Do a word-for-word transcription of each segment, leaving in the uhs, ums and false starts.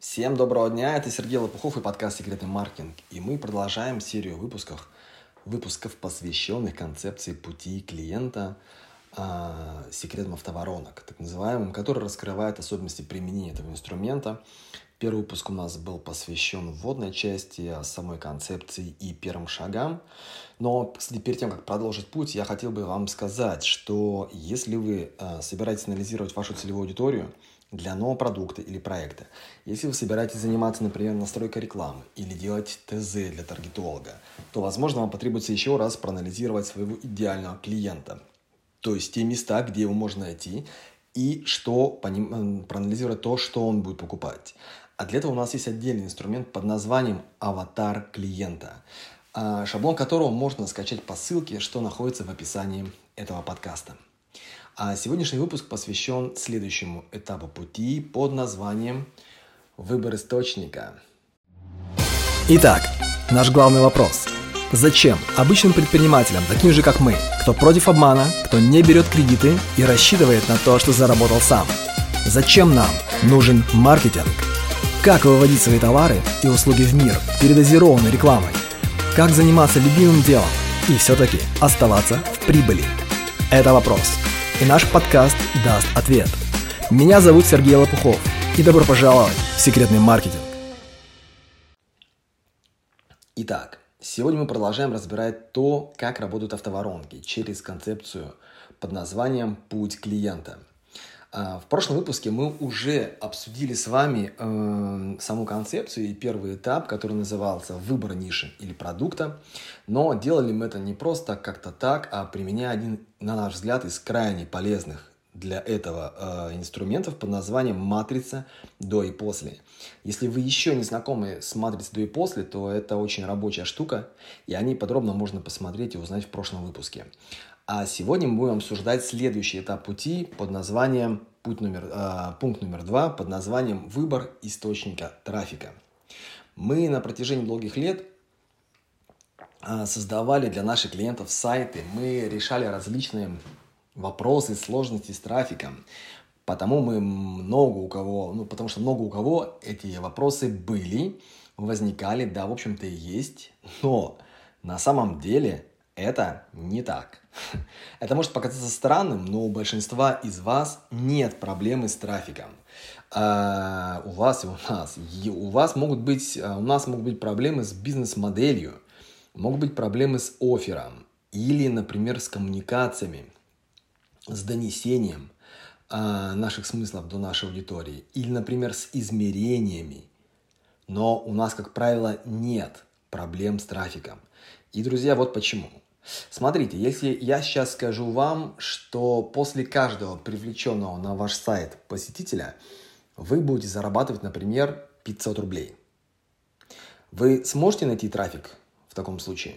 Всем доброго дня, это Сергей Лопухов и подкаст «Секретный маркетинг». И мы продолжаем серию выпусков, выпусков, посвященных концепции пути клиента э, секретом автоворонок, так называемым, который раскрывает особенности применения этого инструмента. Первый выпуск у нас был посвящен вводной части, самой концепции и первым шагам. Но, кстати, перед тем, как продолжить путь, я хотел бы вам сказать, что если вы э, собираетесь анализировать вашу целевую аудиторию для нового продукта или проекта, если вы собираетесь заниматься, например, настройкой рекламы или делать ТЗ для таргетолога, то, возможно, вам потребуется еще раз проанализировать своего идеального клиента. То есть те места, где его можно найти, и что, по ним, проанализировать то, что он будет покупать. А для этого у нас есть отдельный инструмент под названием «Аватар клиента», шаблон которого можно скачать по ссылке, что находится в описании этого подкаста. А сегодняшний выпуск посвящен следующему этапу пути под названием «Выбор источника». Итак, наш главный вопрос. Зачем обычным предпринимателям, таким же как мы, кто против обмана, кто не берет кредиты и рассчитывает на то, что заработал сам? Зачем нам нужен маркетинг? Как выводить свои товары и услуги в мир передозированной рекламой? Как заниматься любимым делом и все-таки оставаться в прибыли? Это вопрос. И наш подкаст даст ответ. Меня зовут Сергей Лопухов, и добро пожаловать в секретный маркетинг. Итак, сегодня мы продолжаем разбирать то, как работают автоворонки через концепцию под названием «Путь клиента». В прошлом выпуске мы уже обсудили с вами э, саму концепцию и первый этап, который назывался «Выбор ниши или продукта». Но делали мы это не просто как-то так, а применяя один, на наш взгляд, из крайне полезных для этого э, инструментов под названием «Матрица до и после». Если вы еще не знакомы с матрицей до и после, то это очень рабочая штука, и о ней подробно можно посмотреть и узнать в прошлом выпуске. А сегодня мы будем обсуждать следующий этап пути под названием путь номер, э, пункт номер два под названием «Выбор источника трафика». Мы на протяжении долгих лет э, создавали для наших клиентов сайты, мы решали различные вопросы, сложности с трафиком, потому мы много у кого, ну потому что много у кого эти вопросы были, возникали, да, в общем-то и есть, но на самом деле это не так. Это может показаться странным, но у большинства из вас нет проблемы с трафиком. А у вас и у нас. И у вас могут быть, у нас могут быть проблемы с бизнес-моделью, могут быть проблемы с оффером или, например, с коммуникациями, с донесением а, наших смыслов до нашей аудитории или, например, с измерениями. Но у нас, как правило, нет проблем с трафиком. И, друзья, вот почему. Смотрите, если я сейчас скажу вам, что после каждого привлеченного на ваш сайт посетителя вы будете зарабатывать, например, пятьсот рублей. Вы сможете найти трафик в таком случае?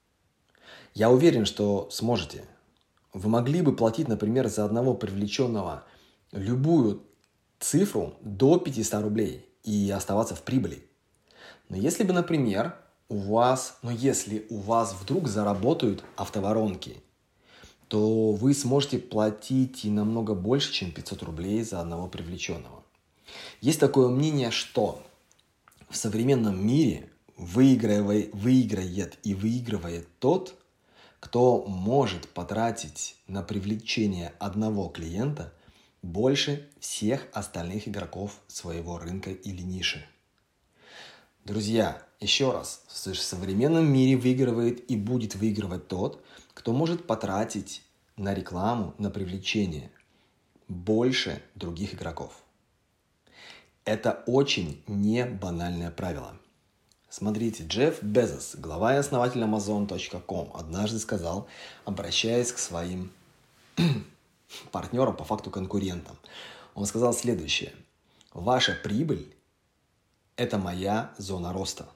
Я уверен, что сможете. Вы могли бы платить, например, за одного привлеченного любую цифру до пятьсот рублей и оставаться в прибыли. Но если бы, например, у вас, но если у вас вдруг заработают автоворонки, то вы сможете платить и намного больше, чем пятьсот рублей за одного привлеченного. Есть такое мнение, что в современном мире выигрывает, выиграет и выигрывает тот, кто может потратить на привлечение одного клиента больше всех остальных игроков своего рынка или ниши. Друзья, еще раз, в современном мире выигрывает и будет выигрывать тот, кто может потратить на рекламу, на привлечение больше других игроков. Это очень не банальное правило. Смотрите, Джефф Безос, глава и основатель амазон точка ком, однажды сказал, обращаясь к своим партнерам, по факту конкурентам, он сказал следующее: «Ваша прибыль – это моя зона роста».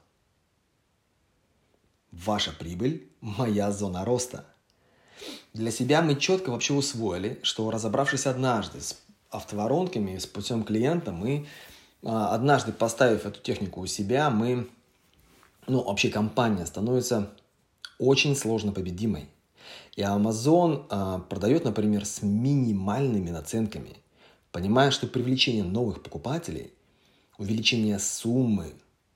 Ваша прибыль – моя зона роста. Для себя мы четко вообще усвоили, что, разобравшись однажды с автоворонками, с путем клиента, мы, однажды поставив эту технику у себя, мы, ну, вообще компания становится очень сложно победимой. И Amazon а, продает, например, с минимальными наценками, понимая, что привлечение новых покупателей увеличение суммы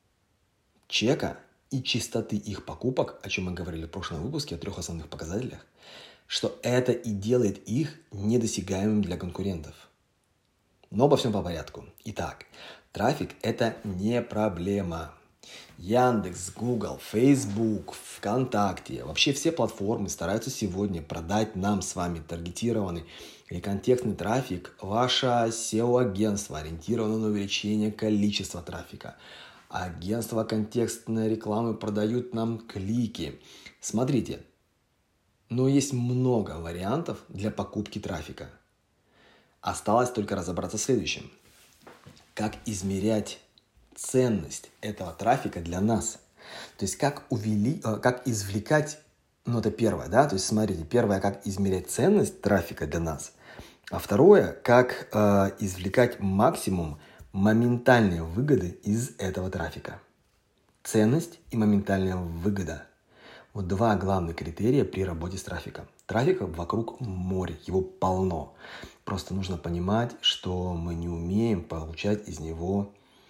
чека и частоты их покупок, о чем мы говорили в прошлом выпуске, о трех основных показателях, что это и делает их недосягаемым для конкурентов. Но обо всем по порядку. Итак, трафик – это не проблема. Яндекс, Google, Facebook, ВКонтакте, вообще все платформы стараются сегодня продать нам с вами таргетированный или контекстный трафик. Ваше сео-агентство ориентировано на увеличение количества трафика. Агентства контекстной рекламы продают нам клики. Смотрите, но есть много вариантов для покупки трафика. Осталось только разобраться в следующем. Как измерять ценность этого трафика для нас? То есть как, увели, как извлекать, ну это первое, да, то есть смотрите, первое, как измерять ценность трафика для нас, а второе, как э, извлекать максимум моментальной выгоды из этого трафика. Ценность и моментальная выгода. Вот два главных критерия при работе с трафиком. Трафика вокруг моря, его полно. Просто нужно понимать, что мы не умеем получать из него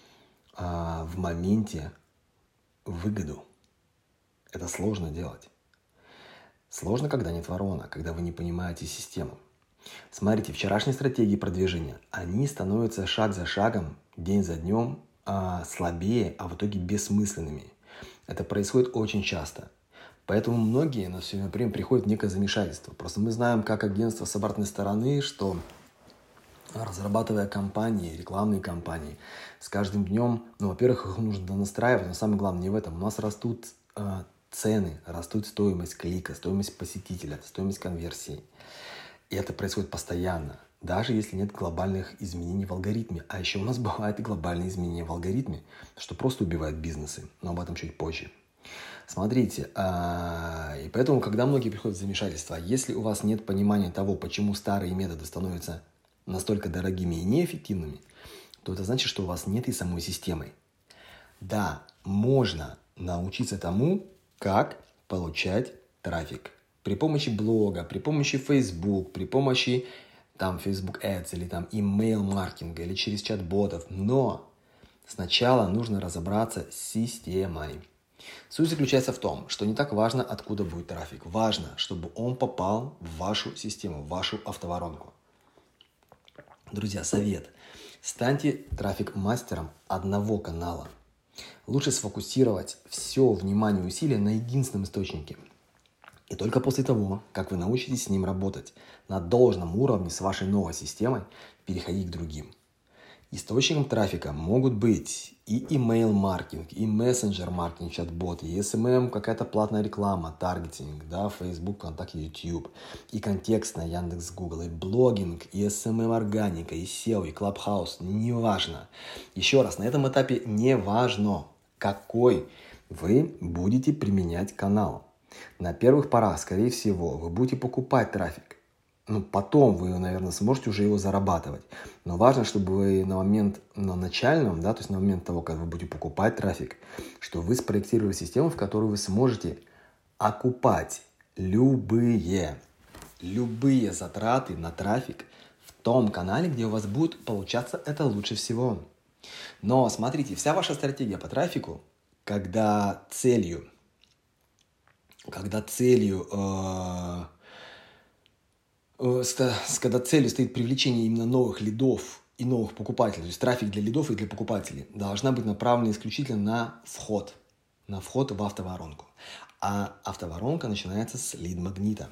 а, в моменте выгоду. Это сложно делать. Сложно, когда нет ворона, когда вы не понимаете систему. Смотрите, вчерашние стратегии продвижения, они становятся шаг за шагом, день за днем а, слабее, а в итоге бессмысленными. Это происходит очень часто. Поэтому многие на все время приходят в некое замешательство. Просто мы знаем, как агентство с обратной стороны, что разрабатывая кампании, рекламные кампании, с каждым днем, ну, во-первых, их нужно настраивать, но самое главное не в этом. У нас растут э, цены, растут стоимость клика, стоимость посетителя, стоимость конверсии. И это происходит постоянно, даже если нет глобальных изменений в алгоритме. А еще у нас бывают и глобальные изменения в алгоритме, что просто убивает бизнесы, но об этом чуть позже. Смотрите, а, и поэтому, когда многие приходят в замешательство, если у вас нет понимания того, почему старые методы становятся настолько дорогими и неэффективными, то это значит, что у вас нет и самой системы. Да, можно научиться тому, как получать трафик. При помощи блога, при помощи Facebook, при помощи там, Facebook Ads или там email-маркетинга или через чат-ботов. Но сначала нужно разобраться с системой. Суть заключается в том, что не так важно, откуда будет трафик. Важно, чтобы он попал в вашу систему, в вашу автоворонку. Друзья, совет. Станьте трафик-мастером одного канала. Лучше сфокусировать все внимание и усилия на единственном источнике. И только после того, как вы научитесь с ним работать на должном уровне с вашей новой системой, переходить к другим. Источником трафика могут быть и email-маркетинг, и мессенджер-маркетинг, чат-бот, и эс эм эм, какая-то платная реклама, таргетинг, да, Facebook, ВКонтакте, YouTube, и контекстная Яндекс, Google, и блогинг, и эс эм эм-органика, и сео, и Clubhouse, неважно. Еще раз, на этом этапе не важно, какой вы будете применять канал. На первых порах, скорее всего, вы будете покупать трафик. Ну, потом вы, наверное, сможете уже его зарабатывать. Но важно, чтобы вы на момент, на начальном, да, то есть на момент того, когда вы будете покупать трафик, что вы спроектировали систему, в которой вы сможете окупать любые, любые затраты на трафик в том канале, где у вас будет получаться это лучше всего. Но смотрите, вся ваша стратегия по трафику, когда целью, когда целью... Э- когда целью стоит привлечение именно новых лидов и новых покупателей, то есть трафик для лидов и для покупателей, должна быть направлена исключительно на вход, на вход в автоворонку. А автоворонка начинается с лид-магнита.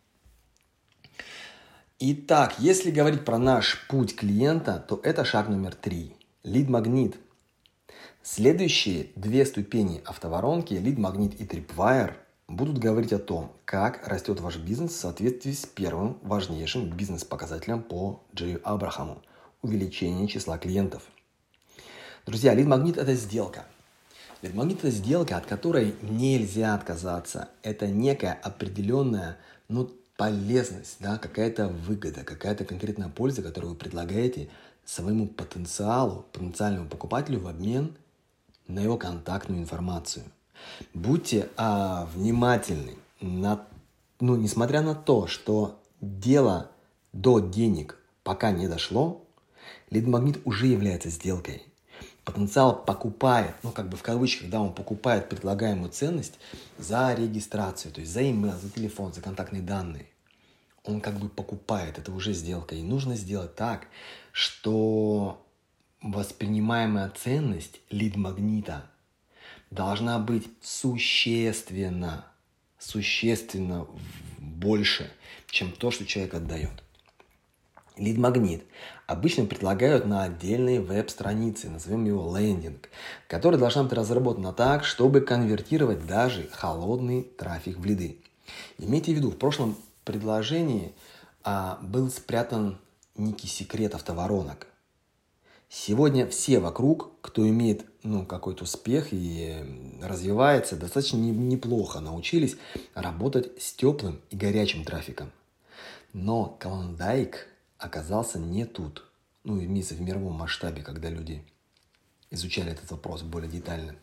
Итак, если говорить про наш путь клиента, то это шаг номер три. Лид-магнит. Следующие две ступени автоворонки, лид-магнит и Tripwire, будут говорить о том, как растет ваш бизнес в соответствии с первым важнейшим бизнес-показателем по Джею Абрахаму – увеличение числа клиентов. Друзья, лид-магнит – это сделка. Лид-магнит – это сделка, от которой нельзя отказаться. Это некая определенная, ну, полезность, да, какая-то выгода, какая-то конкретная польза, которую вы предлагаете своему потенциалу, потенциальному покупателю в обмен на его контактную информацию. Будьте а, внимательны, на, ну, несмотря на то, что дело до денег пока не дошло, лид-магнит уже является сделкой. потенциал покупает, ну как бы в кавычках, да, он покупает предлагаемую ценность за регистрацию, то есть за email, за телефон, за контактные данные. Он как бы покупает, это уже сделка. И нужно сделать так, что воспринимаемая ценность лид-магнита должна быть существенно, существенно больше, чем то, что человек отдает. Лид-магнит обычно предлагают на отдельной веб-странице, назовем его лендинг, которая должна быть разработана так, чтобы конвертировать даже холодный трафик в лиды. Имейте в виду, в прошлом предложении а, был спрятан некий секрет автоворонок. Сегодня все вокруг, кто имеет ну, какой-то успех и развивается, достаточно неплохо научились работать с теплым и горячим трафиком. Но Клондайк оказался не тут. Ну, имеется в мировом масштабе, когда люди изучали этот вопрос более детально.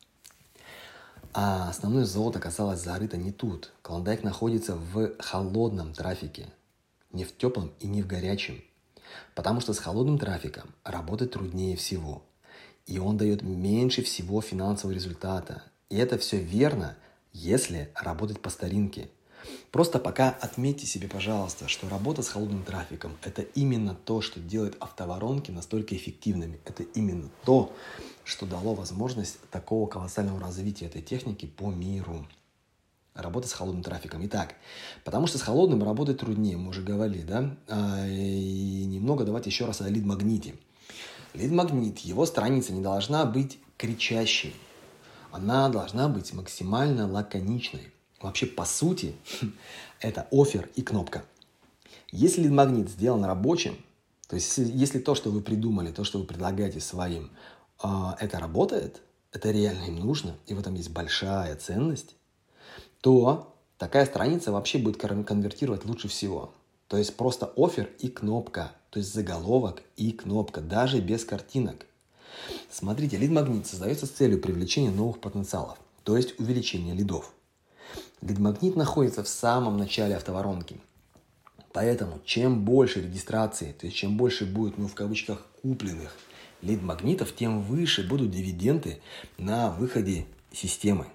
А основное золото оказалось зарыто не тут. Клондайк находится в холодном трафике. Не в теплом и не в горячем. Потому что с холодным трафиком работать труднее всего. И он дает меньше всего финансового результата. И это все верно, если работать по старинке. Просто пока отметьте себе, пожалуйста, что работа с холодным трафиком – это именно то, что делает автоворонки настолько эффективными. Это именно то, что дало возможность такого колоссального развития этой техники по миру. Работа с холодным трафиком. Итак, потому что с холодным работать труднее, мы уже говорили, да? И немного давайте еще раз о лид-магните. Лид-магнит, его страница не должна быть кричащей. Она должна быть максимально лаконичной. Вообще, по сути, это оффер и кнопка. Если лид-магнит сделан рабочим, то есть если, если то, что вы придумали, то, что вы предлагаете своим, э, это работает, это реально им нужно, и в этом есть большая ценность, то такая страница вообще будет конвертировать лучше всего. То есть просто оффер и кнопка, то есть заголовок и кнопка, даже без картинок. Смотрите, лид-магнит создается с целью привлечения новых потенциалов, то есть увеличения лидов. Лид-магнит находится в самом начале автоворонки. Поэтому чем больше регистрации, то есть чем больше будет, ну в кавычках, купленных лид-магнитов, тем выше будут дивиденды на выходе системы.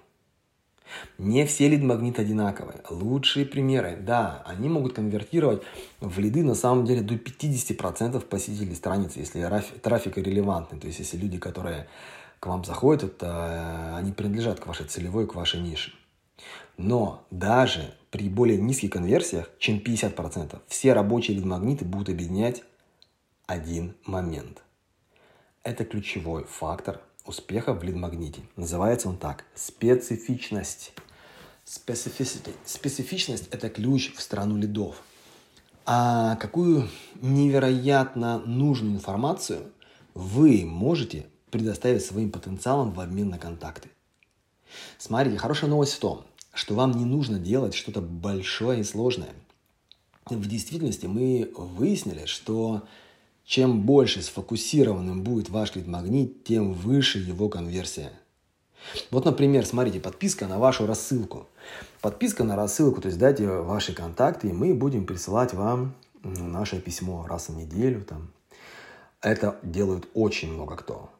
Не все лид-магниты одинаковые. Лучшие примеры, да, они могут конвертировать в лиды на самом деле до пятьдесят процентов посетителей страницы, если трафик релевантный. То есть если люди, которые к вам заходят, это, они принадлежат к вашей целевой, к вашей нише. Но даже при более низких конверсиях, чем пятьдесят процентов, все рабочие лид-магниты будут объединять один момент. Это ключевой фактор успеха в лид-магните. Называется он так – специфичность. Specificity. Специфичность – это ключ в страну лидов. А какую невероятно нужную информацию вы можете предоставить своим потенциалам в обмен на контакты? Смотрите, хорошая новость в том, что вам не нужно делать что-то большое и сложное. В действительности мы выяснили, что чем больше сфокусированным будет ваш лид-магнит, тем выше его конверсия. Вот, например, смотрите, подписка на вашу рассылку. Подписка на рассылку, то есть дайте ваши контакты, и мы будем присылать вам наше письмо раз в неделю. Там. Это делают очень много кто.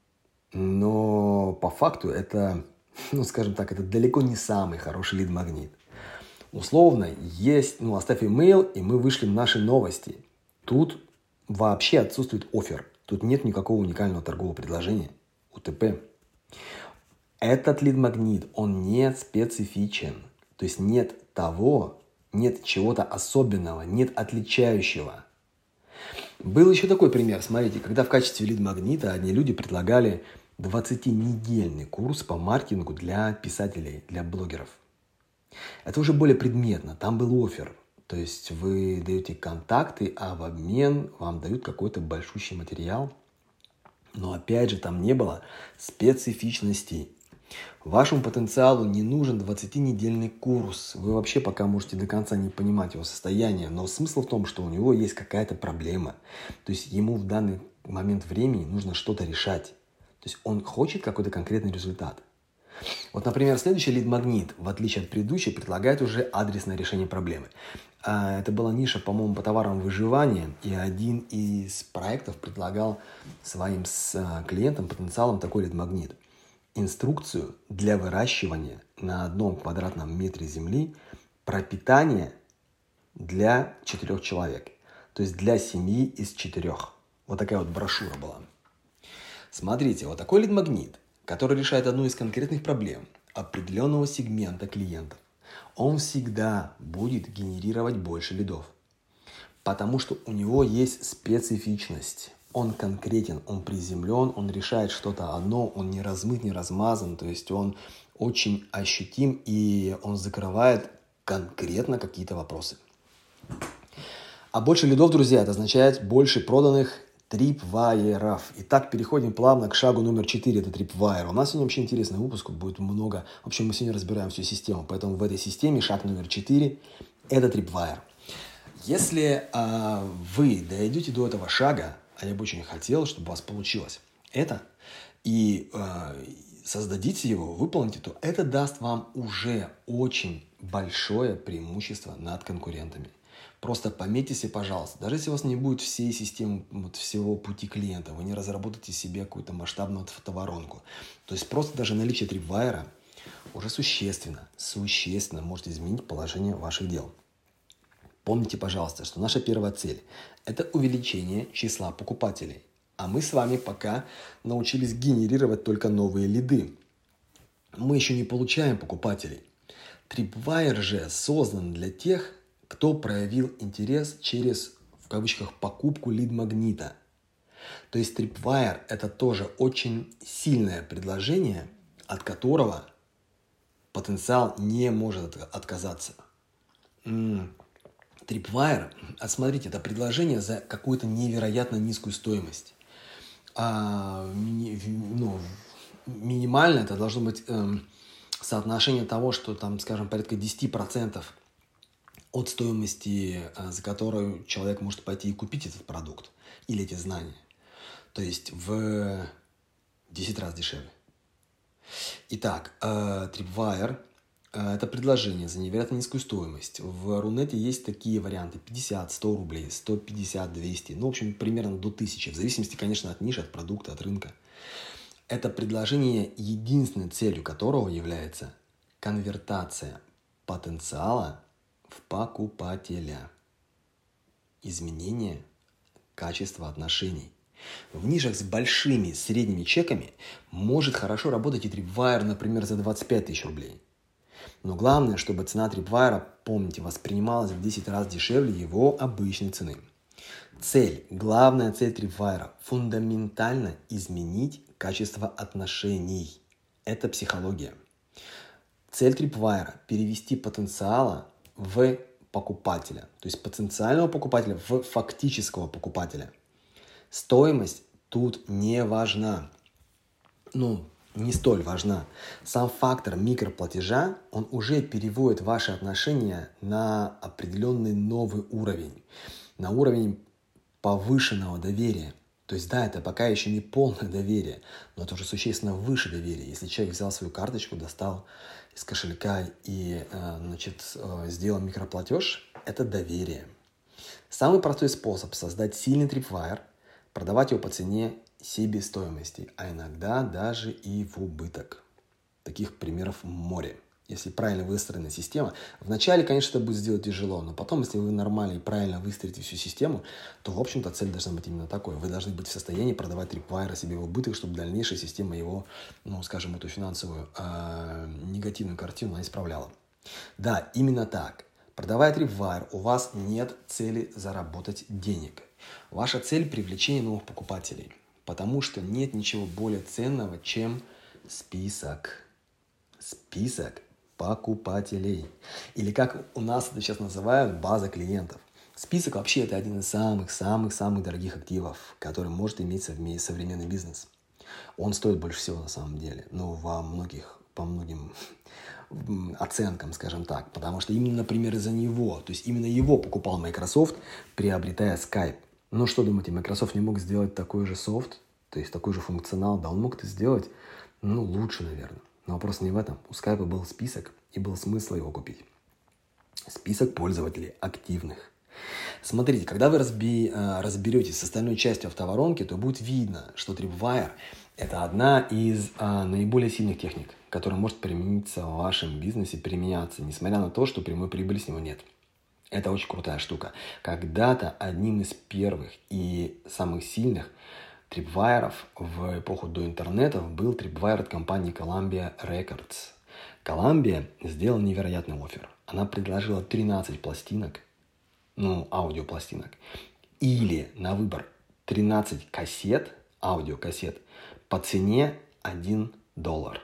Но по факту это, ну скажем так, это далеко не самый хороший лид-магнит. Условно, есть, ну оставь имейл, и мы вышлем наши новости. Тут вообще отсутствует оффер. Тут нет никакого уникального торгового предложения, У Т П. Этот лид-магнит, он не специфичен. То есть нет того, нет чего-то особенного, нет отличающего. Был еще такой пример. Смотрите, когда в качестве лид-магнита одни люди предлагали двадцатинедельный курс по маркетингу для писателей, для блогеров. Это уже более предметно. Там был оффер. То есть вы даете контакты, а в обмен вам дают какой-то большущий материал. Но опять же, там не было специфичности. Вашему потенциалу не нужен двадцатинедельный курс. Вы вообще пока можете до конца не понимать его состояние. Но смысл в том, что у него есть какая-то проблема. То есть ему в данный момент времени нужно что-то решать. То есть он хочет какой-то конкретный результат. Вот, например, следующий лид-магнит, в отличие от предыдущего, предлагает уже адресное решение проблемы. Это была ниша, по-моему, по товарам выживания, и один из проектов предлагал своим клиентам, потенциалам такой лид-магнит. Инструкцию для выращивания на одном квадратном метре земли пропитания для четырех человек. То есть для семьи из четырех. Вот такая вот брошюра была. Смотрите, вот такой лид-магнит, который решает одну из конкретных проблем определенного сегмента клиентов, он всегда будет генерировать больше лидов. Потому что у него есть специфичность. Он конкретен, он приземлен, он решает что-то одно, он не размыт, не размазан, то есть он очень ощутим и он закрывает конкретно какие-то вопросы. А больше лидов, друзья, это означает больше проданных трипвайеров. Итак, переходим плавно к шагу номер четыре, это трипвайер. У нас сегодня вообще интересный выпуск, будет много. В общем, мы сегодня разбираем всю систему, поэтому в этой системе шаг номер четыре – это трипвайер. Если а, вы дойдете до этого шага, а я бы очень хотел, чтобы у вас получилось это, и а, создадите его, выполните, то это даст вам уже очень большое преимущество над конкурентами. Просто пометьте себе, пожалуйста, даже если у вас не будет всей системы, вот, всего пути клиента, вы не разработаете себе какую-то масштабную фотоворонку. То есть просто даже наличие трипвайера уже существенно, существенно может изменить положение ваших дел. Помните, пожалуйста, что наша первая цель – это увеличение числа покупателей. А мы с вами пока научились генерировать только новые лиды. Мы еще не получаем покупателей. Трипвайер же создан для тех, кто проявил интерес через, в кавычках, покупку лид-магнита. То есть трипвайер – это тоже очень сильное предложение, от которого потенциал не может отказаться. Трипвайер, смотрите, это предложение за какую-то невероятно низкую стоимость. А, ми, ну, минимально это должно быть э, соотношение того, что там, скажем, порядка десять процентов от стоимости, за которую человек может пойти и купить этот продукт или эти знания. То есть в десять раз дешевле. Итак, Tripwire – это предложение за невероятно низкую стоимость. В Рунете есть такие варианты: пятьдесят, сто рублей, сто пятьдесят, двести. Ну, в общем, примерно до тысячи. В зависимости, конечно, от ниши, от продукта, от рынка. Это предложение, единственной целью которого является конвертация потенциала в покупателя. Изменение качества отношений. В нишах с большими средними чеками может хорошо работать и Tripwire, например, за двадцать пять тысяч рублей. Но главное, чтобы цена Tripwire, помните, воспринималась в десять раз дешевле его обычной цены. Цель, главная цель Tripwire – фундаментально изменить качество отношений. Это психология. Цель Tripwire – перевести потенциала в покупателя, то есть потенциального покупателя в фактического покупателя. Стоимость тут не важна, ну, не столь важна. Сам фактор микроплатежа, он уже переводит ваши отношения на определенный новый уровень, на уровень повышенного доверия. То есть, да, это пока еще не полное доверие, но это уже существенно выше доверия. Если человек взял свою карточку, достал из кошелька и, значит, сделал микроплатеж, это доверие. Самый простой способ создать сильный Tripwire – продавать его по цене себестоимости, а иногда даже и в убыток. Таких примеров море. Если правильно выстроена система, вначале, конечно, это будет сделать тяжело, но потом, если вы нормально и правильно выстроите всю систему, то, в общем-то, цель должна быть именно такой. Вы должны быть в состоянии продавать Tripwire себе в убыток, чтобы дальнейшая система его, ну, скажем, эту финансовую э, негативную картину она исправляла. Да, именно так. Продавая Tripwire, у вас нет цели заработать денег. Ваша цель – привлечение новых покупателей. Потому что нет ничего более ценного, чем список. Список покупателей. Или как у нас это сейчас называют, база клиентов. Список вообще это один из самых-самых-самых дорогих активов, который может иметь современный бизнес. Он стоит больше всего на самом деле, но во многих, по многим оценкам, скажем так. Потому что именно, например, из-за него, то есть именно его покупал Microsoft, приобретая Skype. Ну что думаете, Microsoft не мог сделать такой же софт, то есть такой же функционал? Да, он мог это сделать, ну, лучше, наверное. Но вопрос не в этом. У Skype был список, и был смысл его купить. Список пользователей активных. Смотрите, когда вы разби, разберетесь с остальной частью автоворонки, то будет видно, что Tripwire – это одна из а, наиболее сильных техник, которая может примениться в вашем бизнесе, применяться, несмотря на то, что прямой прибыли с него нет. Это очень крутая штука. Когда-то одним из первых и самых сильных Tripwire'ов в эпоху до интернетов был Tripwire от компании Columbia Records. Columbia сделала невероятный оффер. Она предложила тринадцать пластинок, ну, аудиопластинок, или на выбор тринадцать кассет, аудиокассет, по цене один доллар.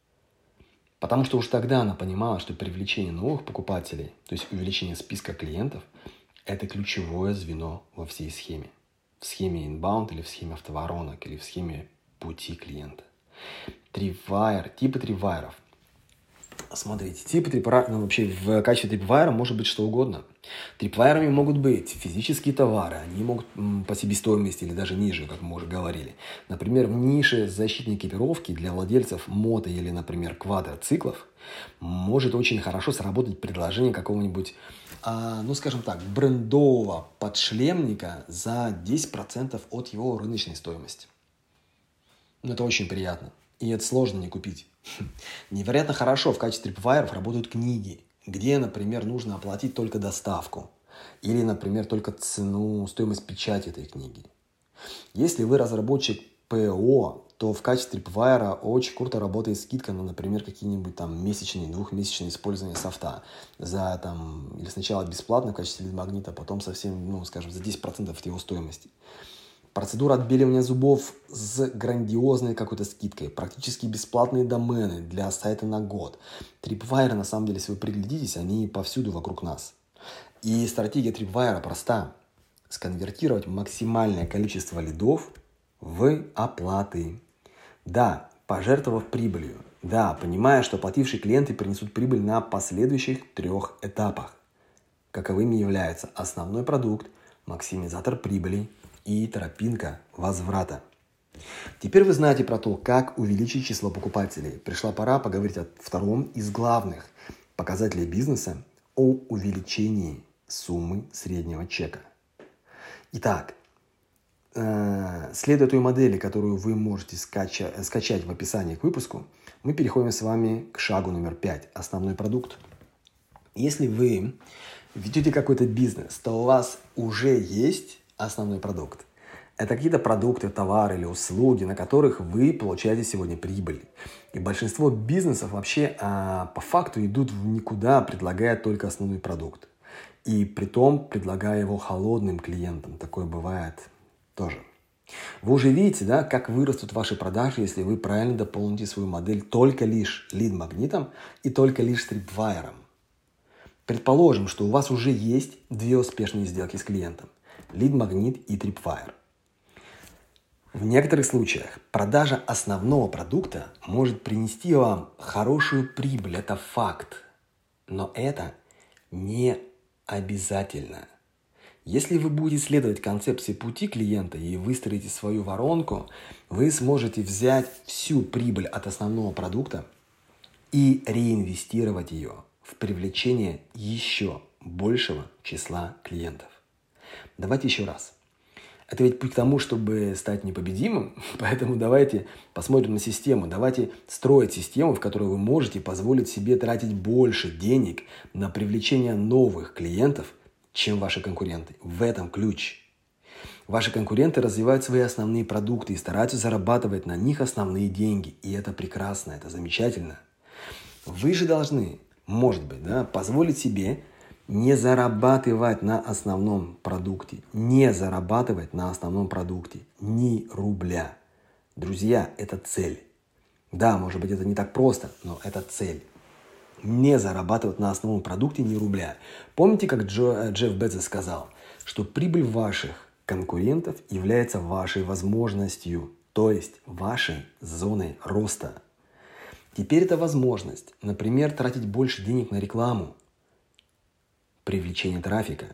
Потому что уж тогда она понимала, что привлечение новых покупателей, то есть увеличение списка клиентов, это ключевое звено во всей схеме. В схеме inbound или в схеме автоворонок, или в схеме пути клиента. Tripwire, типы Tripwire'ов. Смотрите, типы Tripwire, ну вообще в качестве Tripwire может быть что угодно. Tripwire'ами могут быть физические товары, они могут по себестоимости или даже ниже, как мы уже говорили. Например, в нише защитной экипировки для владельцев мото или, например, квадроциклов может очень хорошо сработать предложение какого-нибудь, а, ну скажем так, брендового подшлемника за десять процентов от его рыночной стоимости. Ну, это очень приятно. И это сложно не купить. Невероятно хорошо в качестве Tripwire'ов работают книги, где, например, нужно оплатить только доставку. Или, например, только цену, стоимость печати этой книги. Если вы разработчик ПО, то в качестве Tripwire очень круто работает скидка на, например, какие-нибудь там месячные, двухмесячные использования софта. За там, или сначала бесплатно в качестве лид-магнита, потом совсем, ну, скажем, за десять процентов от его стоимости. Процедура отбеливания зубов с грандиозной какой-то скидкой. Практически бесплатные домены для сайта на год. Tripwire, на самом деле, если вы приглядитесь, они повсюду вокруг нас. И стратегия Tripwire проста. Сконвертировать максимальное количество лидов в оплаты. Да, пожертвовав прибылью. Да, понимая, что оплатившие клиенты принесут прибыль на последующих трех этапах. Каковыми являются основной продукт, максимизатор прибыли и тропинка возврата. Теперь вы знаете про то, как увеличить число покупателей. Пришла пора поговорить о втором из главных показателей бизнеса, о увеличении суммы среднего чека. Итак, следуя той модели, которую вы можете скачать, скачать в описании к выпуску, мы переходим с вами к шагу номер пять – основной продукт. Если вы ведете какой-то бизнес, то у вас уже есть основной продукт. Это какие-то продукты, товары или услуги, на которых вы получаете сегодня прибыль. И большинство бизнесов вообще а, по факту идут в никуда, предлагая только основной продукт. И притом предлагая его холодным клиентам. Такое бывает тоже. Вы уже видите, да, как вырастут ваши продажи, если вы правильно дополните свою модель только лишь лид-магнитом и только лишь Tripwire'ом. Предположим, что у вас уже есть две успешные сделки с клиентом. Лид-магнит и Tripwire. В некоторых случаях продажа основного продукта может принести вам хорошую прибыль, это факт. Но это не обязательно. Если вы будете следовать концепции пути клиента и выстроите свою воронку, вы сможете взять всю прибыль от основного продукта и реинвестировать ее в привлечение еще большего числа клиентов. Давайте еще раз. Это ведь путь к тому, чтобы стать непобедимым, поэтому давайте посмотрим на систему. Давайте строить систему, в которой вы можете позволить себе тратить больше денег на привлечение новых клиентов, чем ваши конкуренты. В этом ключ. Ваши конкуренты развивают свои основные продукты и стараются зарабатывать на них основные деньги. И это прекрасно, это замечательно. Вы же должны, может быть, да, позволить себе не зарабатывать на основном продукте. Не зарабатывать на основном продукте ни рубля. Друзья, это цель. Да, может быть, это не так просто, но это цель. Не зарабатывать на основном продукте ни рубля. Помните, как Джо, Джефф Безос сказал, что прибыль ваших конкурентов является вашей возможностью, то есть вашей зоной роста. Теперь это возможность, например, тратить больше денег на рекламу, привлечение трафика,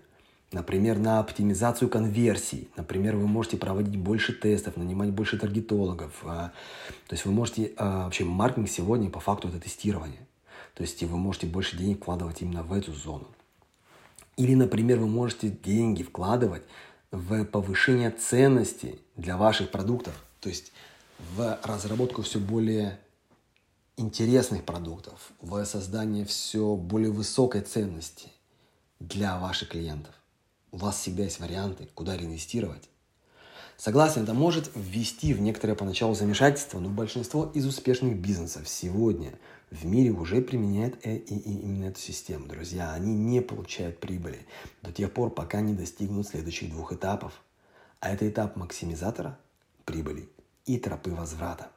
например, на оптимизацию конверсий. Например, вы можете проводить больше тестов, нанимать больше таргетологов. То есть вы можете... Вообще маркетинг сегодня по факту это тестирование. То есть вы можете больше денег вкладывать именно в эту зону. Или, например, вы можете деньги вкладывать в повышение ценности для ваших продуктов. То есть в разработку все более интересных продуктов, в создание все более высокой ценности для ваших клиентов. У вас всегда есть варианты, куда реинвестировать. Согласен, это может ввести в некоторое поначалу замешательство, но большинство из успешных бизнесов сегодня в мире уже применяет и, и, и именно эту систему. Друзья, они не получают прибыли до тех пор, пока не достигнут следующих двух этапов. А это этап максимизатора прибыли и тропы возврата.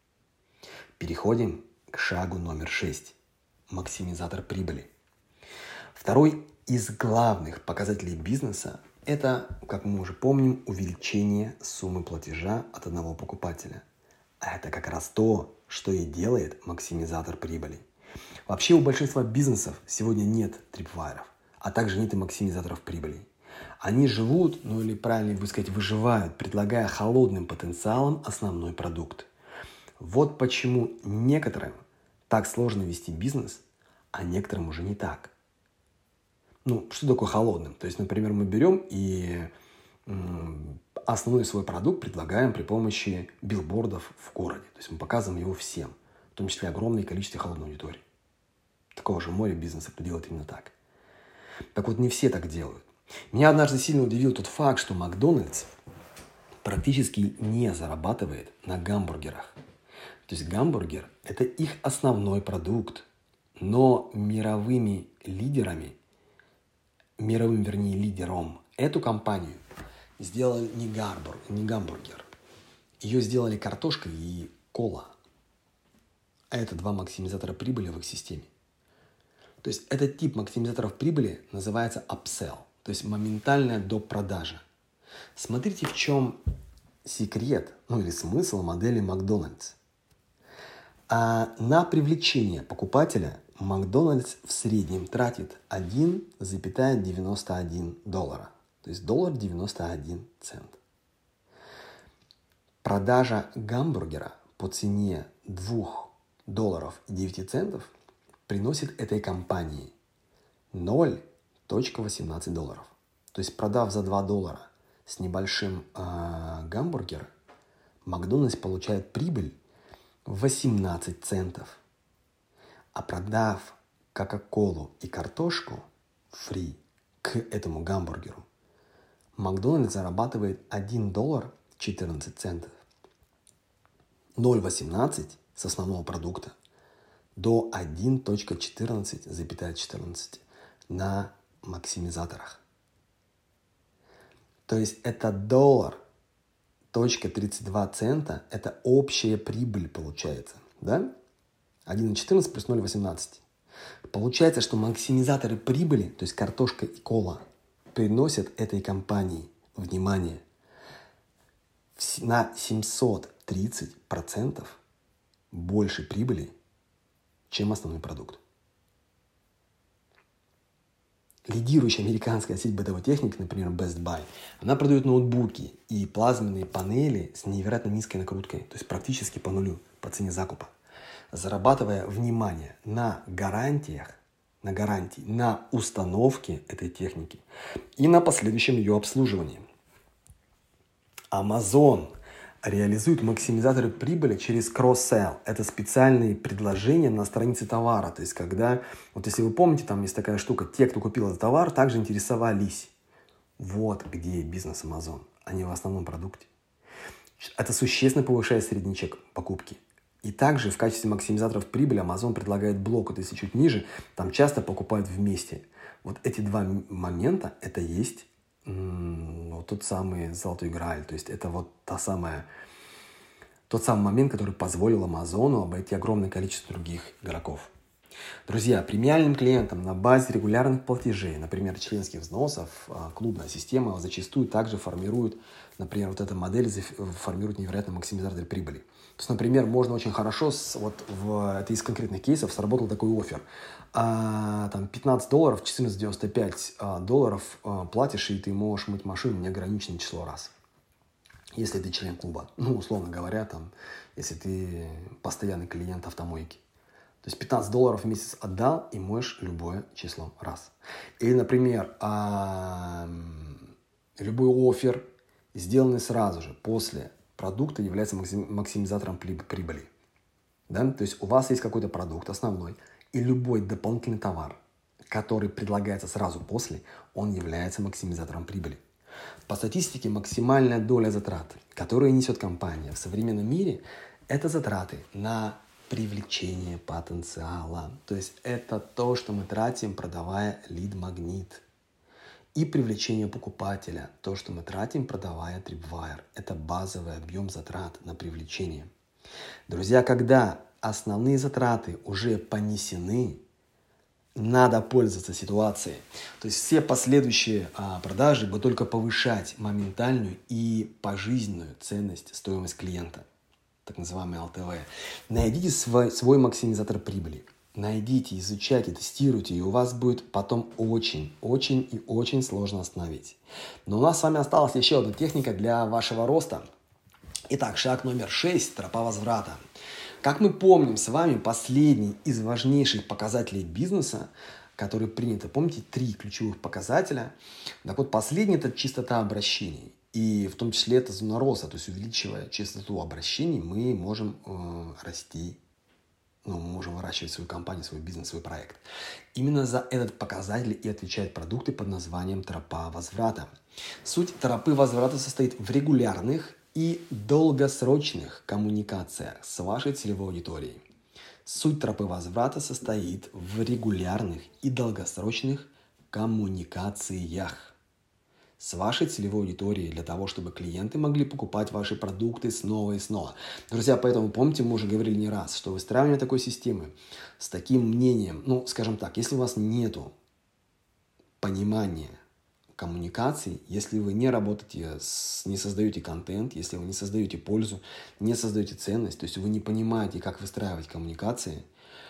Переходим к шагу номер шесть. Максимизатор прибыли. Второй из главных показателей бизнеса – это, как мы уже помним, увеличение суммы платежа от одного покупателя. А это как раз то, что и делает максимизатор прибыли. Вообще у большинства бизнесов сегодня нет трипвайеров, а также нет и максимизаторов прибыли. Они живут, ну или правильнее бы сказать, выживают, предлагая холодным потенциалом основной продукт. Вот почему некоторым так сложно вести бизнес, а некоторым уже не так. Ну, что такое холодным? То есть, например, мы берем и м, основной свой продукт предлагаем при помощи билбордов в городе. То есть мы показываем его всем, в том числе огромное количество холодной аудитории. Такого же моря бизнеса, кто делает именно так. Так вот, не все так делают. Меня однажды сильно удивил тот факт, что Макдональдс практически не зарабатывает на гамбургерах. То есть гамбургер – это их основной продукт, но мировыми лидерами мировым, вернее, лидером эту компанию сделали не, гарбур, не гамбургер. Ее сделали картошка и кола. А это два максимизатора прибыли в их системе. То есть этот тип максимизаторов прибыли называется upsell, то есть моментальная допродажа. Смотрите, в чем секрет, ну или смысл модели Макдональдс. А на привлечение покупателя Макдональдс в среднем тратит один целых девяносто один доллара. То есть доллар девяносто один цент. Продажа гамбургера по цене два доллара и девять центов приносит этой компании ноль целых восемнадцать долларов. То есть продав за два доллара с небольшим э, гамбургер, Макдональдс получает прибыль восемнадцать центов. А продав кока-колу и картошку фри к этому гамбургеру, Макдональдс зарабатывает один доллар четырнадцать центов. ноль целых восемнадцать с основного продукта до один целых четырнадцать четырнадцать на максимизаторах. То есть это доллар точка тридцать два цента, это общая прибыль получается, да? один целых четырнадцать плюс ноль целых восемнадцать. Получается, что максимизаторы прибыли, то есть картошка и кола, приносят этой компании, внимание, на семьсот тридцать процентов больше прибыли, чем основной продукт. Лидирующая американская сеть бытовой техники, например, Best Buy, она продает ноутбуки и плазменные панели с невероятно низкой накруткой, то есть практически по нулю по цене закупа, зарабатывая, внимание, на гарантиях, на гарантии, на установке этой техники и на последующем ее обслуживании. Amazon реализует максимизаторы прибыли через кросс-селл. Это специальные предложения на странице товара. То есть, когда, вот если вы помните, там есть такая штука, те, кто купил этот товар, также интересовались. Вот где бизнес Amazon, а не в основном продукте. Это существенно повышает средний чек покупки. И также в качестве максимизаторов прибыли Amazon предлагает блок, вот если чуть ниже, там часто покупают вместе. Вот эти два момента, это есть м- вот тот самый золотой грааль. То есть это вот та самая, тот самый момент, который позволил Амазону обойти огромное количество других игроков. Друзья, премиальным клиентам на базе регулярных платежей, например, членских взносов, клубная система зачастую также формирует, например, вот эта модель формирует невероятный максимизатор прибыли. То есть, например, можно очень хорошо, с, вот в, это из конкретных кейсов, сработал такой оффер. А, там пятнадцать долларов, четырнадцать девяносто пять а, долларов а, платишь, и ты можешь мыть машину неограниченное число раз. Если ты член клуба. Ну, условно говоря, там, если ты постоянный клиент автомойки. То есть пятнадцать долларов в месяц отдал и моешь любое число раз. Или, например, а, любой оффер, сделанный сразу же после продукта, является максимизатором прибыли. Да? То есть у вас есть какой-то продукт основной, и любой дополнительный товар, который предлагается сразу после, он является максимизатором прибыли. По статистике, максимальная доля затрат, которую несет компания в современном мире, это затраты на привлечение потенциала. То есть это то, что мы тратим, продавая лид-магнит. И привлечение покупателя, то, что мы тратим, продавая Tripwire. Это базовый объем затрат на привлечение. Друзья, когда основные затраты уже понесены, надо пользоваться ситуацией. То есть все последующие а, продажи будут только повышать моментальную и пожизненную ценность, стоимость клиента. Так называемый эл тэ вэ. Найдите свой, свой максимизатор прибыли. Найдите, изучайте, тестируйте, и у вас будет потом очень, очень и очень сложно остановить. Но у нас с вами осталась еще одна техника для вашего роста. Итак, шаг номер шесть – тропа возврата. Как мы помним с вами, последний из важнейших показателей бизнеса, который принято, помните, три ключевых показателя. Так вот, последний – это частота обращений. И в том числе это зона роста, то есть увеличивая частоту обращений, мы можем э, расти. Ну, мы можем выращивать свою компанию, свой бизнес, свой проект. Именно за этот показатель и отвечают продукты под названием тропа возврата. Суть тропы возврата состоит в регулярных и долгосрочных коммуникациях с вашей целевой аудиторией. Суть тропы возврата состоит в регулярных и долгосрочных коммуникациях с вашей целевой аудиторией для того, чтобы клиенты могли покупать ваши продукты снова и снова. Друзья, поэтому помните, мы уже говорили не раз, что выстраивание такой системы с таким мнением, ну, скажем так, если у вас нету понимания коммуникаций, если вы не работаете, с, не создаете контент, если вы не создаете пользу, не создаете ценность, то есть вы не понимаете, как выстраивать коммуникации,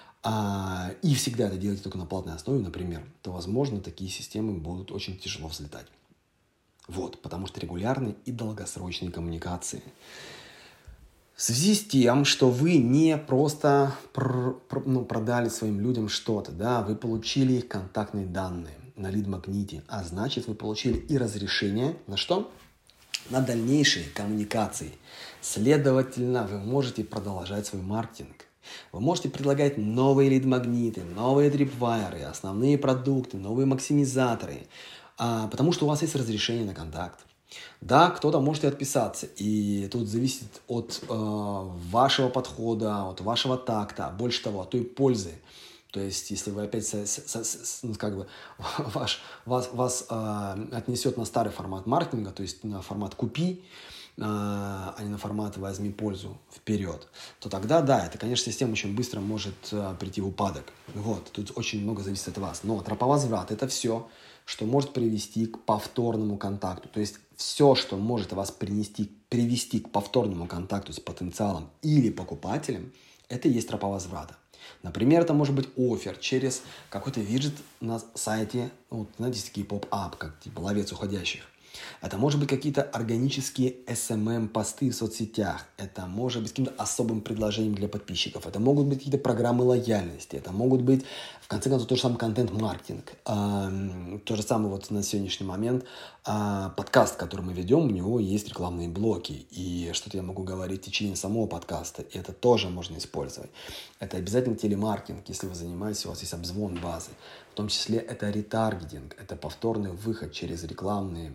а, и всегда это делаете только на платной основе, например, то, возможно, такие системы будут очень тяжело взлетать. Вот, потому что регулярные и долгосрочные коммуникации. В связи с тем, что вы не просто пр, пр, ну, продали своим людям что-то, да, вы получили их контактные данные на лид-магните, а значит, вы получили и разрешение на что? На дальнейшие коммуникации. Следовательно, вы можете продолжать свой маркетинг. Вы можете предлагать новые лид-магниты, новые Tripwire, основные продукты, новые максимизаторы, а, потому что у вас есть разрешение на контакт. Да, кто-то может и отписаться, и тут зависит от э, вашего подхода, от вашего такта, больше того, от той пользы. То есть, если вы опять со, со, со, ну, как бы, ваш, вас, вас э, отнесет на старый формат маркетинга, то есть на формат «купи», э, а не на формат «возьми пользу вперед», то тогда, да, это, конечно, система очень быстро может э, прийти в упадок. Вот, тут очень много зависит от вас. Но тропа возврата – это все, что может привести к повторному контакту. То есть все, что может вас принести, привести к повторному контакту с потенциалом или покупателем, это и есть тропа возврата. Например, это может быть оффер через какой-то виджет на сайте, вот, знаете, такие поп-ап, как типа ловец уходящих. Это может быть какие-то органические эс эм эм-посты в соцсетях. Это может быть каким-то особым предложением для подписчиков. Это могут быть какие-то программы лояльности. Это могут быть, в конце концов, тот же самый контент-маркетинг. А, то же самое вот на сегодняшний момент а, подкаст, который мы ведем, у него есть рекламные блоки. И что-то я могу говорить в течение самого подкаста. И это тоже можно использовать. Это обязательно телемаркетинг, если вы занимаетесь, у вас есть обзвон базы. В том числе это ретаргетинг. Это повторный выход через рекламные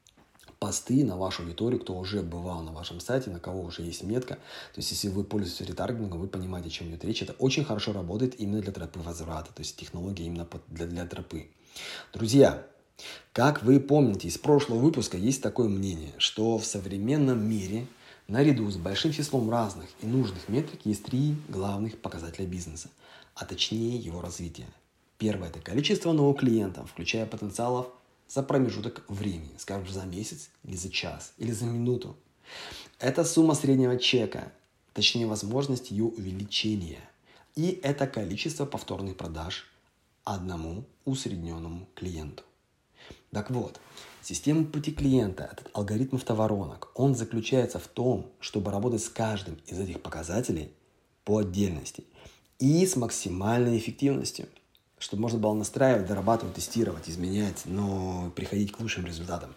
посты на вашу аудиторию, кто уже бывал на вашем сайте, на кого уже есть метка. То есть, если вы пользуетесь ретаргетингом, вы понимаете, о чем идет речь. Это очень хорошо работает именно для тропы возврата. То есть, технология именно для, для тропы. Друзья, как вы помните, из прошлого выпуска есть такое мнение, что в современном мире наряду с большим числом разных и нужных метрик есть три главных показателя бизнеса, а точнее его развития. Первое – это количество новых клиентов, включая потенциалов, за промежуток времени, скажем, за месяц, или за час, или за минуту. Это сумма среднего чека точнее возможность ее увеличения. И это количество повторных продаж одному усредненному клиенту. Так вот, система пути клиента, этот алгоритм автоворонок, он заключается в том, чтобы работать с каждым из этих показателей по отдельности и с максимальной эффективностью, чтобы можно было настраивать, дорабатывать, тестировать, изменять, но приходить к лучшим результатам.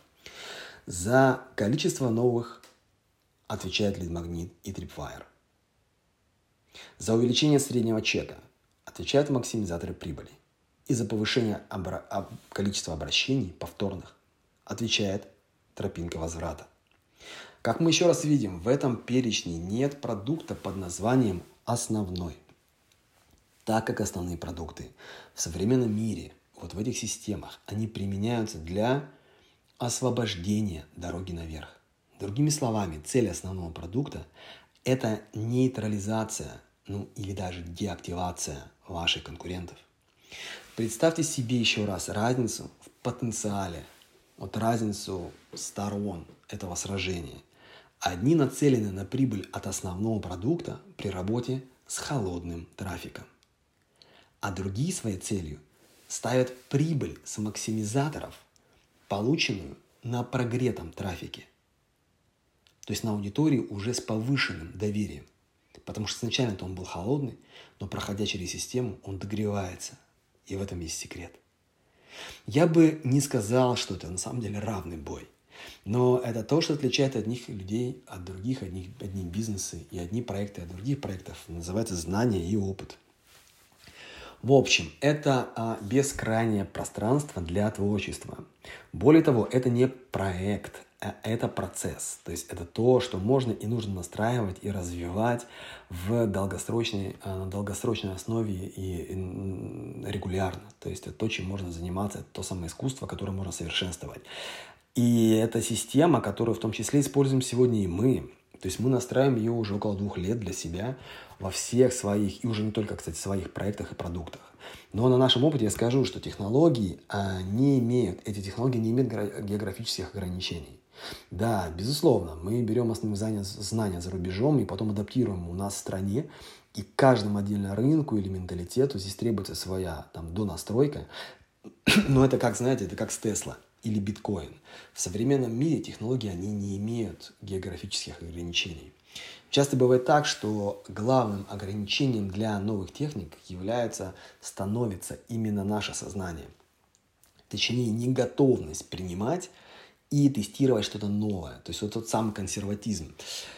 За количество новых отвечает лид-магнит и Tripwire. За увеличение среднего чека отвечают максимизаторы прибыли. И за повышение обра... количества обращений повторных отвечает тропинка возврата. Как мы еще раз видим, в этом перечне нет продукта под названием «основной». Так как основные продукты в современном мире, вот в этих системах, они применяются для освобождения дороги наверх. Другими словами, цель основного продукта – это нейтрализация, ну или даже деактивация ваших конкурентов. Представьте себе еще раз разницу в потенциале, вот разницу сторон этого сражения. Одни нацелены на прибыль от основного продукта при работе с холодным трафиком, а другие своей целью ставят прибыль с максимизаторов, полученную на прогретом трафике. То есть на аудитории уже с повышенным доверием. Потому что изначально-то он был холодный, но проходя через систему, он догревается. И в этом есть секрет. Я бы не сказал, что это на самом деле равный бой. Но это то, что отличает одних людей от других, одних, одни бизнесы и одни проекты от других проектов. Называется знание и опыт. В общем, это а, бескрайнее пространство для творчества. Более того, это не проект, а это процесс. То есть это то, что можно и нужно настраивать и развивать в долгосрочной, на долгосрочной основе и, и регулярно. То есть это то, чем можно заниматься, это то самое искусство, которое можно совершенствовать. И это система, которую в том числе используем сегодня и мы. То есть мы настраиваем ее уже около двух лет для себя во всех своих, и уже не только, кстати, своих проектах и продуктах. Но на нашем опыте я скажу, что технологии не имеют, эти технологии не имеют географических ограничений. Да, безусловно, мы берем основные знания, знания за рубежом и потом адаптируем у нас в стране, и каждому отдельно рынку или менталитету здесь требуется своя там донастройка. Но это как, знаете, это как с Tesla или биткоин. В современном мире технологии, они не имеют географических ограничений. Часто бывает так, что главным ограничением для новых техник является, становится именно наше сознание. Точнее, неготовность принимать и тестировать что-то новое. То есть вот тот самый консерватизм.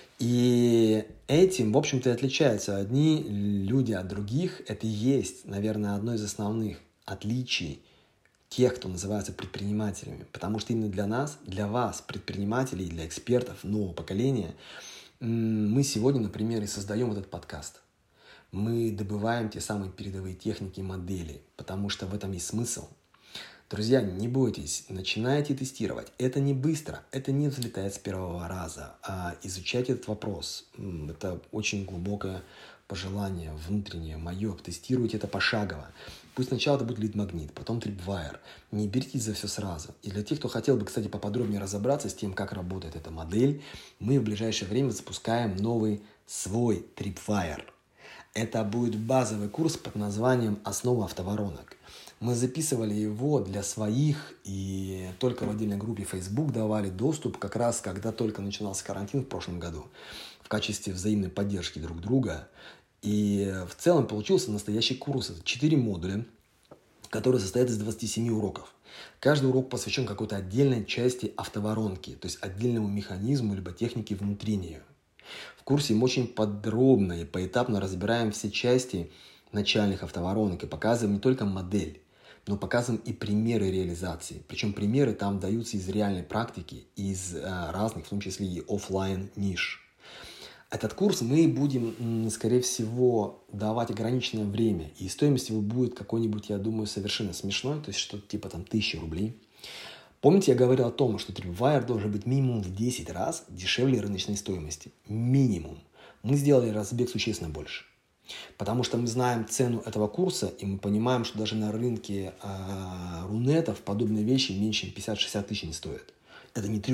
И этим, в общем-то, и отличаются одни люди от других. Это и есть, наверное, одно из основных отличий тех, кто называется предпринимателями. Потому что именно для нас, для вас, предпринимателей, для экспертов нового поколения, мы сегодня, например, и создаем этот подкаст. Мы добываем те самые передовые техники и модели, потому что в этом есть смысл. Друзья, не бойтесь, начинайте тестировать. Это не быстро, это не взлетает с первого раза. А изучайте этот вопрос. Это очень глубокое пожелание, внутреннее, мое. Тестируйте это пошагово. Пусть сначала это будет лид-магнит, потом Tripwire. Не беритесь за все сразу. И для тех, кто хотел бы, кстати, поподробнее разобраться с тем, как работает эта модель, мы в ближайшее время запускаем новый свой Tripwire. Это будет базовый курс под названием «Основа автоворонок». Мы записывали его для своих и только в отдельной группе Facebook давали доступ, как раз когда только начинался карантин в прошлом году, в качестве взаимной поддержки друг друга. И в целом получился настоящий курс. Это четыре модуля, которые состоят из двадцати семи уроков. Каждый урок посвящен какой-то отдельной части автоворонки, то есть отдельному механизму либо технике внутри нее. В курсе мы очень подробно и поэтапно разбираем все части начальных автоворонок и показываем не только модель, но показываем и примеры реализации. Причем примеры там даются из реальной практики, из э, разных, в том числе и офлайн ниш. Этот курс мы будем, скорее всего, давать ограниченное время. И стоимость его будет какой-нибудь, я думаю, совершенно смешной. То есть что-то типа там тысячи рублей. Помните, я говорил о том, что Tripwire должен быть минимум в десять раз дешевле рыночной стоимости. Минимум. Мы сделали разбег существенно больше. Потому что мы знаем цену этого курса, и мы понимаем, что даже на рынке э, рунетов подобные вещи меньше, чем пятьдесят-шестьдесят тысяч не стоят. Это не трюк.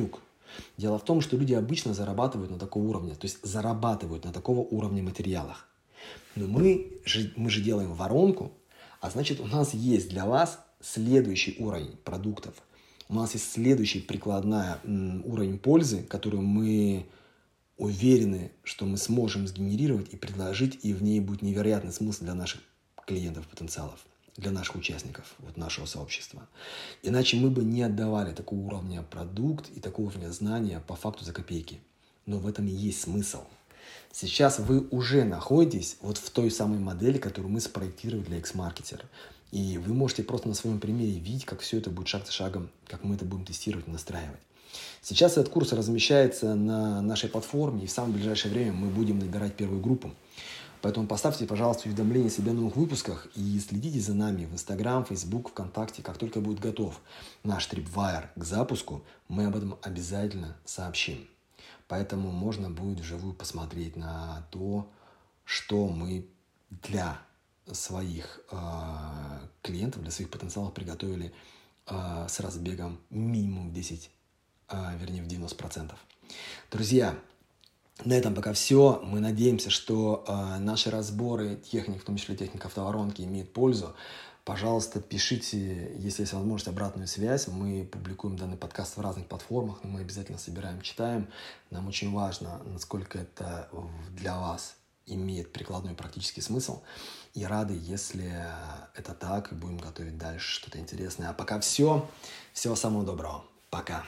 Дело в том, что люди обычно зарабатывают на таком уровне, то есть зарабатывают на такого уровня материалах. Но мы же, мы же делаем воронку, а значит, у нас есть для вас следующий уровень продуктов. У нас есть следующий прикладной м, уровень пользы, которую мы уверены, что мы сможем сгенерировать и предложить, и в ней будет невероятный смысл для наших клиентов, потенциалов, для наших участников, вот нашего сообщества. Иначе мы бы не отдавали такого уровня продукт и такого уровня знания по факту за копейки. Но в этом и есть смысл. Сейчас вы уже находитесь вот в той самой модели, которую мы спроектировали для X-Marketer. И вы можете просто на своем примере видеть, как все это будет шаг за шагом, как мы это будем тестировать и настраивать. Сейчас этот курс размещается на нашей платформе, и в самое ближайшее время мы будем набирать первую группу. Поэтому поставьте, пожалуйста, уведомления о себе в новых выпусках и следите за нами в Instagram, Facebook, ВКонтакте. Как только будет готов наш Tripwire к запуску, мы об этом обязательно сообщим. Поэтому можно будет вживую посмотреть на то, что мы для своих э, клиентов, для своих потенциалов приготовили э, с разбегом минимум в десять, э, вернее в девяносто процентов. Друзья, на этом пока все. Мы надеемся, что э, наши разборы техник, в том числе техника автоворонки, имеют пользу. Пожалуйста, пишите, если есть возможность, обратную связь. Мы публикуем данный подкаст в разных платформах, но мы обязательно собираем, читаем. Нам очень важно, насколько это для вас имеет прикладной практический смысл. И рады, если это так, и будем готовить дальше что-то интересное. А пока все. Всего самого доброго. Пока.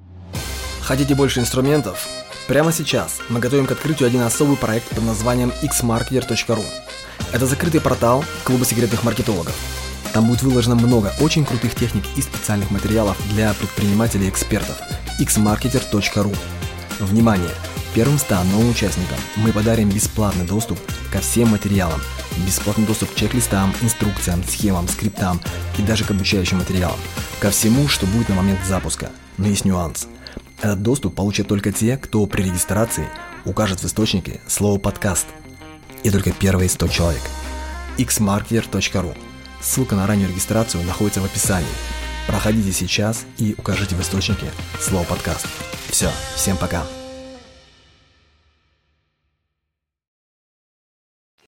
Хотите больше инструментов? Прямо сейчас мы готовим к открытию один особый проект под названием икс маркетер точка ру. Это закрытый портал клуба секретных маркетологов. Там будет выложено много очень крутых техник и специальных материалов для предпринимателей и экспертов. икс маркетер точка ру. Внимание! Первым ста новым участникам мы подарим бесплатный доступ ко всем материалам, бесплатный доступ к чек-листам, инструкциям, схемам, скриптам и даже к обучающим материалам, ко всему, что будет на момент запуска. Но есть нюанс. Этот доступ получат только те, кто при регистрации укажет в источнике слово «подкаст». И только первые сто человек. икс маркетер точка ру. Ссылка на раннюю регистрацию находится в описании. Проходите сейчас и укажите в источнике слово «подкаст». Все, всем пока.